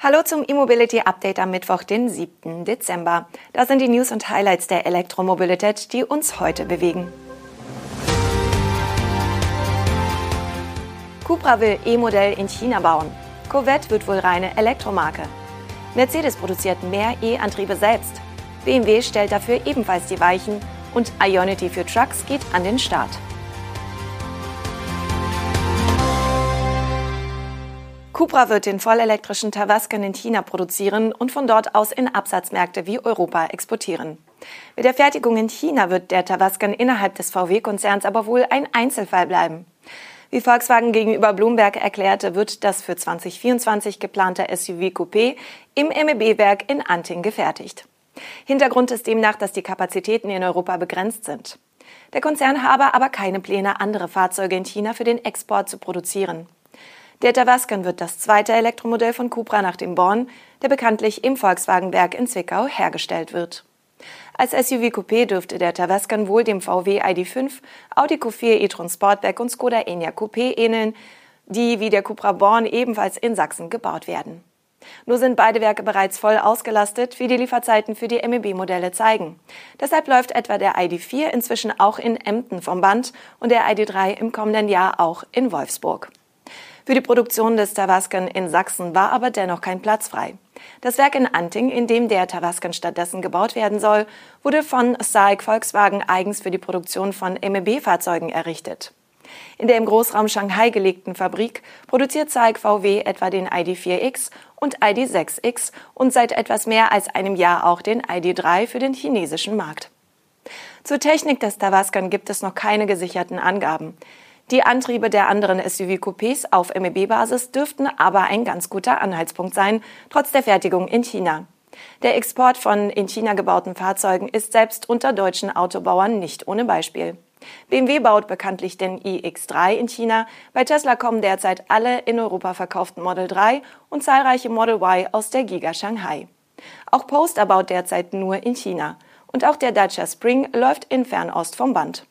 Hallo zum E-Mobility-Update am Mittwoch, den 7. Dezember. Das sind die News und Highlights der Elektromobilität, die uns heute bewegen. Cupra will E-Modell in China bauen. Corvette wird wohl reine Elektromarke. Mercedes produziert mehr E-Antriebe selbst. BMW stellt dafür ebenfalls die Weichen und Ionity für Trucks geht an den Start. Cupra wird den vollelektrischen Tavascan in China produzieren und von dort aus in Absatzmärkte wie Europa exportieren. Mit der Fertigung in China wird der Tavascan innerhalb des VW-Konzerns aber wohl ein Einzelfall bleiben. Wie Volkswagen gegenüber Bloomberg erklärte, wird das für 2024 geplante SUV-Coupé im MEB-Werk in Anting gefertigt. Hintergrund ist demnach, dass die Kapazitäten in Europa begrenzt sind. Der Konzern habe aber keine Pläne, andere Fahrzeuge in China für den Export zu produzieren. Der Tavascan wird das zweite Elektromodell von Cupra nach dem Born, der bekanntlich im Volkswagen-Werk in Zwickau hergestellt wird. Als SUV-Coupé dürfte der Tavascan wohl dem VW ID.5, Audi Q4 e-tron Sportback und Skoda Enyaq Coupé ähneln, die wie der Cupra Born ebenfalls in Sachsen gebaut werden. Nur sind beide Werke bereits voll ausgelastet, wie die Lieferzeiten für die MEB-Modelle zeigen. Deshalb läuft etwa der ID.4 inzwischen auch in Emden vom Band und der ID.3 im kommenden Jahr auch in Wolfsburg. Für die Produktion des Tavascan in Sachsen war aber dennoch kein Platz frei. Das Werk in Anting, in dem der Tavascan stattdessen gebaut werden soll, wurde von SAIC Volkswagen eigens für die Produktion von MEB-Fahrzeugen errichtet. In der im Großraum Shanghai gelegten Fabrik produziert SAIC VW etwa den ID.4X und ID.6X und seit etwas mehr als einem Jahr auch den ID.3 für den chinesischen Markt. Zur Technik des Tavascan gibt es noch keine gesicherten Angaben. Die Antriebe der anderen SUV-Coupés auf MEB-Basis dürften aber ein ganz guter Anhaltspunkt sein, trotz der Fertigung in China. Der Export von in China gebauten Fahrzeugen ist selbst unter deutschen Autobauern nicht ohne Beispiel. BMW baut bekanntlich den iX3 in China, bei Tesla kommen derzeit alle in Europa verkauften Model 3 und zahlreiche Model Y aus der Giga Shanghai. Auch Polestar baut derzeit nur in China. Und auch der Dacia Spring läuft in Fernost vom Band.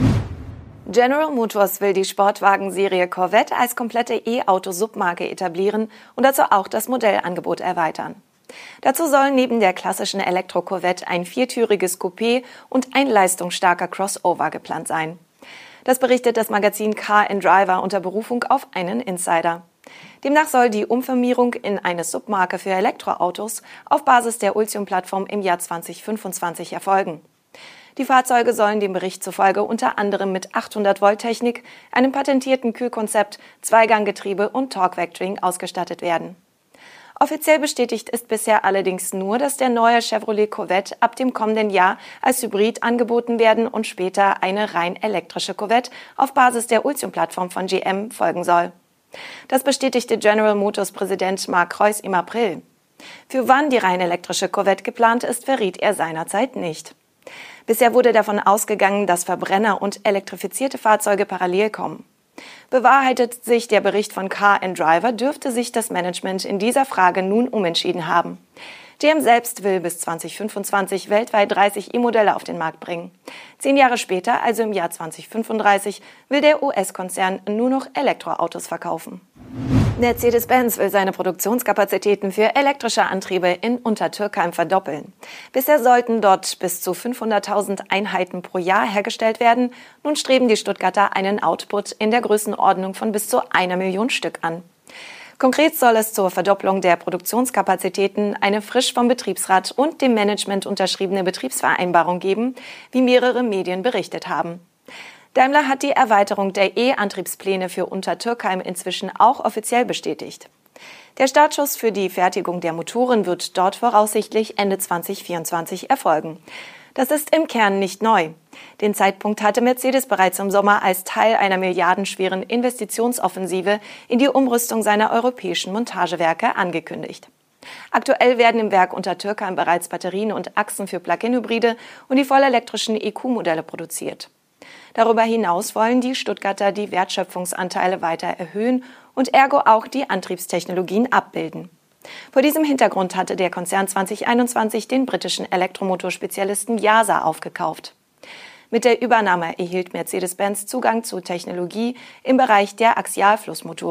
General Motors will die Sportwagenserie Corvette als komplette E-Auto-Submarke etablieren und dazu auch das Modellangebot erweitern. Dazu sollen neben der klassischen Elektro-Corvette ein viertüriges Coupé und ein leistungsstarker Crossover geplant sein. Das berichtet das Magazin Car and Driver unter Berufung auf einen Insider. Demnach soll die Umfirmierung in eine Submarke für Elektroautos auf Basis der Ultium-Plattform im Jahr 2025 erfolgen. Die Fahrzeuge sollen dem Bericht zufolge unter anderem mit 800-Volt-Technik, einem patentierten Kühlkonzept, Zweiganggetriebe und Torque-Vectoring ausgestattet werden. Offiziell bestätigt ist bisher allerdings nur, dass der neue Chevrolet Corvette ab dem kommenden Jahr als Hybrid angeboten werden und später eine rein elektrische Corvette auf Basis der Ultium-Plattform von GM folgen soll. Das bestätigte General Motors Präsident Mark Reuss im April. Für wann die rein elektrische Corvette geplant ist, verriet er seinerzeit nicht. Bisher wurde davon ausgegangen, dass Verbrenner und elektrifizierte Fahrzeuge parallel kommen. Bewahrheitet sich der Bericht von Car and Driver, dürfte sich das Management in dieser Frage nun umentschieden haben. GM selbst will bis 2025 weltweit 30 E-Modelle auf den Markt bringen. 10 Jahre später, also im Jahr 2035, will der US-Konzern nur noch Elektroautos verkaufen. Mercedes-Benz will seine Produktionskapazitäten für elektrische Antriebe in Untertürkheim verdoppeln. Bisher sollten dort bis zu 500.000 Einheiten pro Jahr hergestellt werden. Nun streben die Stuttgarter einen Output in der Größenordnung von bis zu 1 Million Stück an. Konkret soll es zur Verdopplung der Produktionskapazitäten eine frisch vom Betriebsrat und dem Management unterschriebene Betriebsvereinbarung geben, wie mehrere Medien berichtet haben. Daimler hat die Erweiterung der E-Antriebspläne für Untertürkheim inzwischen auch offiziell bestätigt. Der Startschuss für die Fertigung der Motoren wird dort voraussichtlich Ende 2024 erfolgen. Das ist im Kern nicht neu. Den Zeitpunkt hatte Mercedes bereits im Sommer als Teil einer milliardenschweren Investitionsoffensive in die Umrüstung seiner europäischen Montagewerke angekündigt. Aktuell werden im Werk Untertürkheim bereits Batterien und Achsen für Plug-in-Hybride und die vollelektrischen EQ-Modelle produziert. Darüber hinaus wollen die Stuttgarter die Wertschöpfungsanteile weiter erhöhen und ergo auch die Antriebstechnologien abbilden. Vor diesem Hintergrund hatte der Konzern 2021 den britischen Elektromotorspezialisten YASA aufgekauft. Mit der Übernahme erhielt Mercedes-Benz Zugang zu Technologie im Bereich der Axialflussmotoren.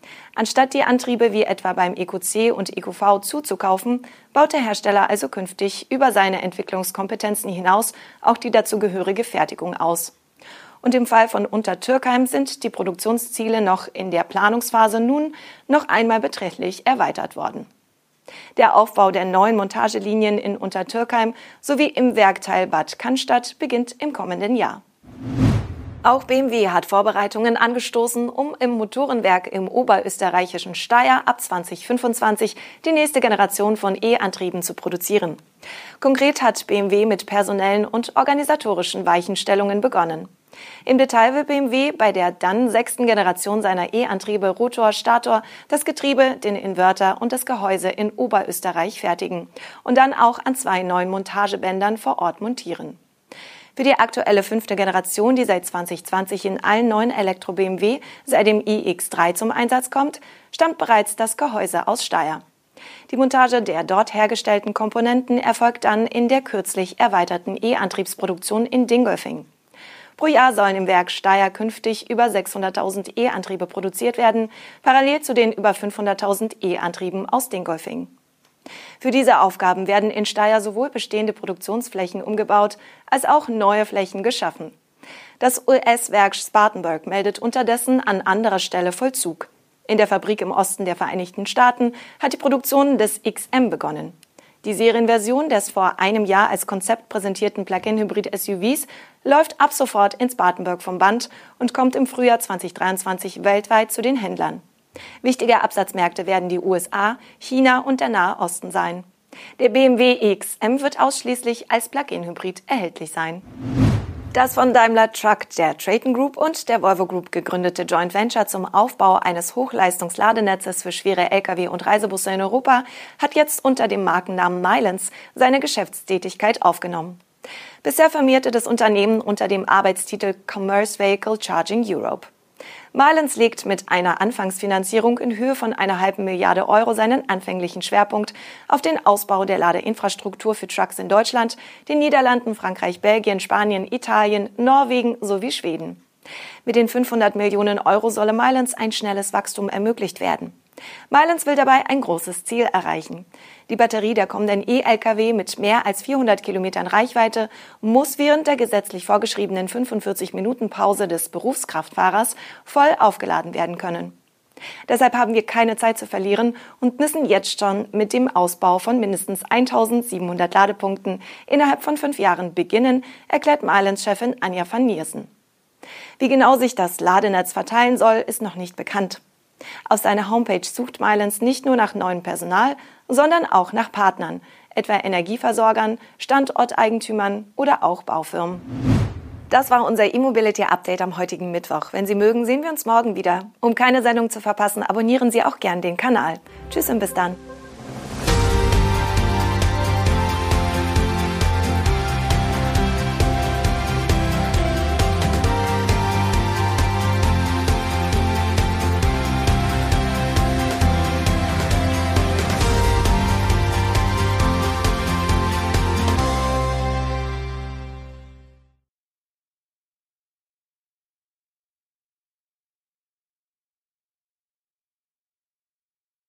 Anstatt die Antriebe wie etwa beim EQC und EQV zuzukaufen, baut der Hersteller also künftig über seine Entwicklungskompetenzen hinaus auch die dazugehörige Fertigung aus. Und im Fall von Untertürkheim sind die Produktionsziele noch in der Planungsphase nun noch einmal beträchtlich erweitert worden. Der Aufbau der neuen Montagelinien in Untertürkheim sowie im Werkteil Bad Cannstatt beginnt im kommenden Jahr. Auch BMW hat Vorbereitungen angestoßen, um im Motorenwerk im oberösterreichischen Steyr ab 2025 die nächste Generation von E-Antrieben zu produzieren. Konkret hat BMW mit personellen und organisatorischen Weichenstellungen begonnen. Im Detail will BMW bei der dann 6. Generation seiner E-Antriebe Rotor, Stator das Getriebe, den Inverter und das Gehäuse in Oberösterreich fertigen und dann auch an 2 neuen Montagebändern vor Ort montieren. Für die aktuelle 5. Generation, die seit 2020 in allen neuen Elektro-BMW seit dem iX3 zum Einsatz kommt, stammt bereits das Gehäuse aus Steyr. Die Montage der dort hergestellten Komponenten erfolgt dann in der kürzlich erweiterten E-Antriebsproduktion in Dingolfing. Pro Jahr sollen im Werk Steyr künftig über 600.000 E-Antriebe produziert werden, parallel zu den über 500.000 E-Antrieben aus Dingolfing. Für diese Aufgaben werden in Steyr sowohl bestehende Produktionsflächen umgebaut, als auch neue Flächen geschaffen. Das US-Werk Spartanburg meldet unterdessen an anderer Stelle Vollzug. In der Fabrik im Osten der Vereinigten Staaten hat die Produktion des XM begonnen. Die Serienversion des vor einem Jahr als Konzept präsentierten Plug-in-Hybrid-SUVs läuft ab sofort in Spartanburg vom Band und kommt im Frühjahr 2023 weltweit zu den Händlern. Wichtige Absatzmärkte werden die USA, China und der Nahe Osten sein. Der BMW XM wird ausschließlich als Plug-in-Hybrid erhältlich sein. Das von Daimler Truck, der Traton Group und der Volvo Group gegründete Joint Venture zum Aufbau eines Hochleistungsladenetzes für schwere Lkw und Reisebusse in Europa hat jetzt unter dem Markennamen Milence seine Geschäftstätigkeit aufgenommen. Bisher firmierte das Unternehmen unter dem Arbeitstitel Commerce Vehicle Charging Europe. Milence legt mit einer Anfangsfinanzierung in Höhe von 1,5 Milliarden Euro seinen anfänglichen Schwerpunkt auf den Ausbau der Ladeinfrastruktur für Trucks in Deutschland, den Niederlanden, Frankreich, Belgien, Spanien, Italien, Norwegen sowie Schweden. Mit den 500 Millionen Euro solle Milence ein schnelles Wachstum ermöglicht werden. Milence will dabei ein großes Ziel erreichen. Die Batterie der kommenden E-Lkw mit mehr als 400 Kilometern Reichweite muss während der gesetzlich vorgeschriebenen 45 Minuten Pause des Berufskraftfahrers voll aufgeladen werden können. Deshalb haben wir keine Zeit zu verlieren und müssen jetzt schon mit dem Ausbau von mindestens 1700 Ladepunkten innerhalb von 5 Jahren beginnen, erklärt Milence-Chefin Anja van Niersen. Wie genau sich das Ladenetz verteilen soll, ist noch nicht bekannt. Auf seiner Homepage sucht Milence nicht nur nach neuem Personal, sondern auch nach Partnern, etwa Energieversorgern, Standorteigentümern oder auch Baufirmen. Das war unser E-Mobility-Update am heutigen Mittwoch. Wenn Sie mögen, sehen wir uns morgen wieder. Um keine Sendung zu verpassen, abonnieren Sie auch gern den Kanal. Tschüss und bis dann.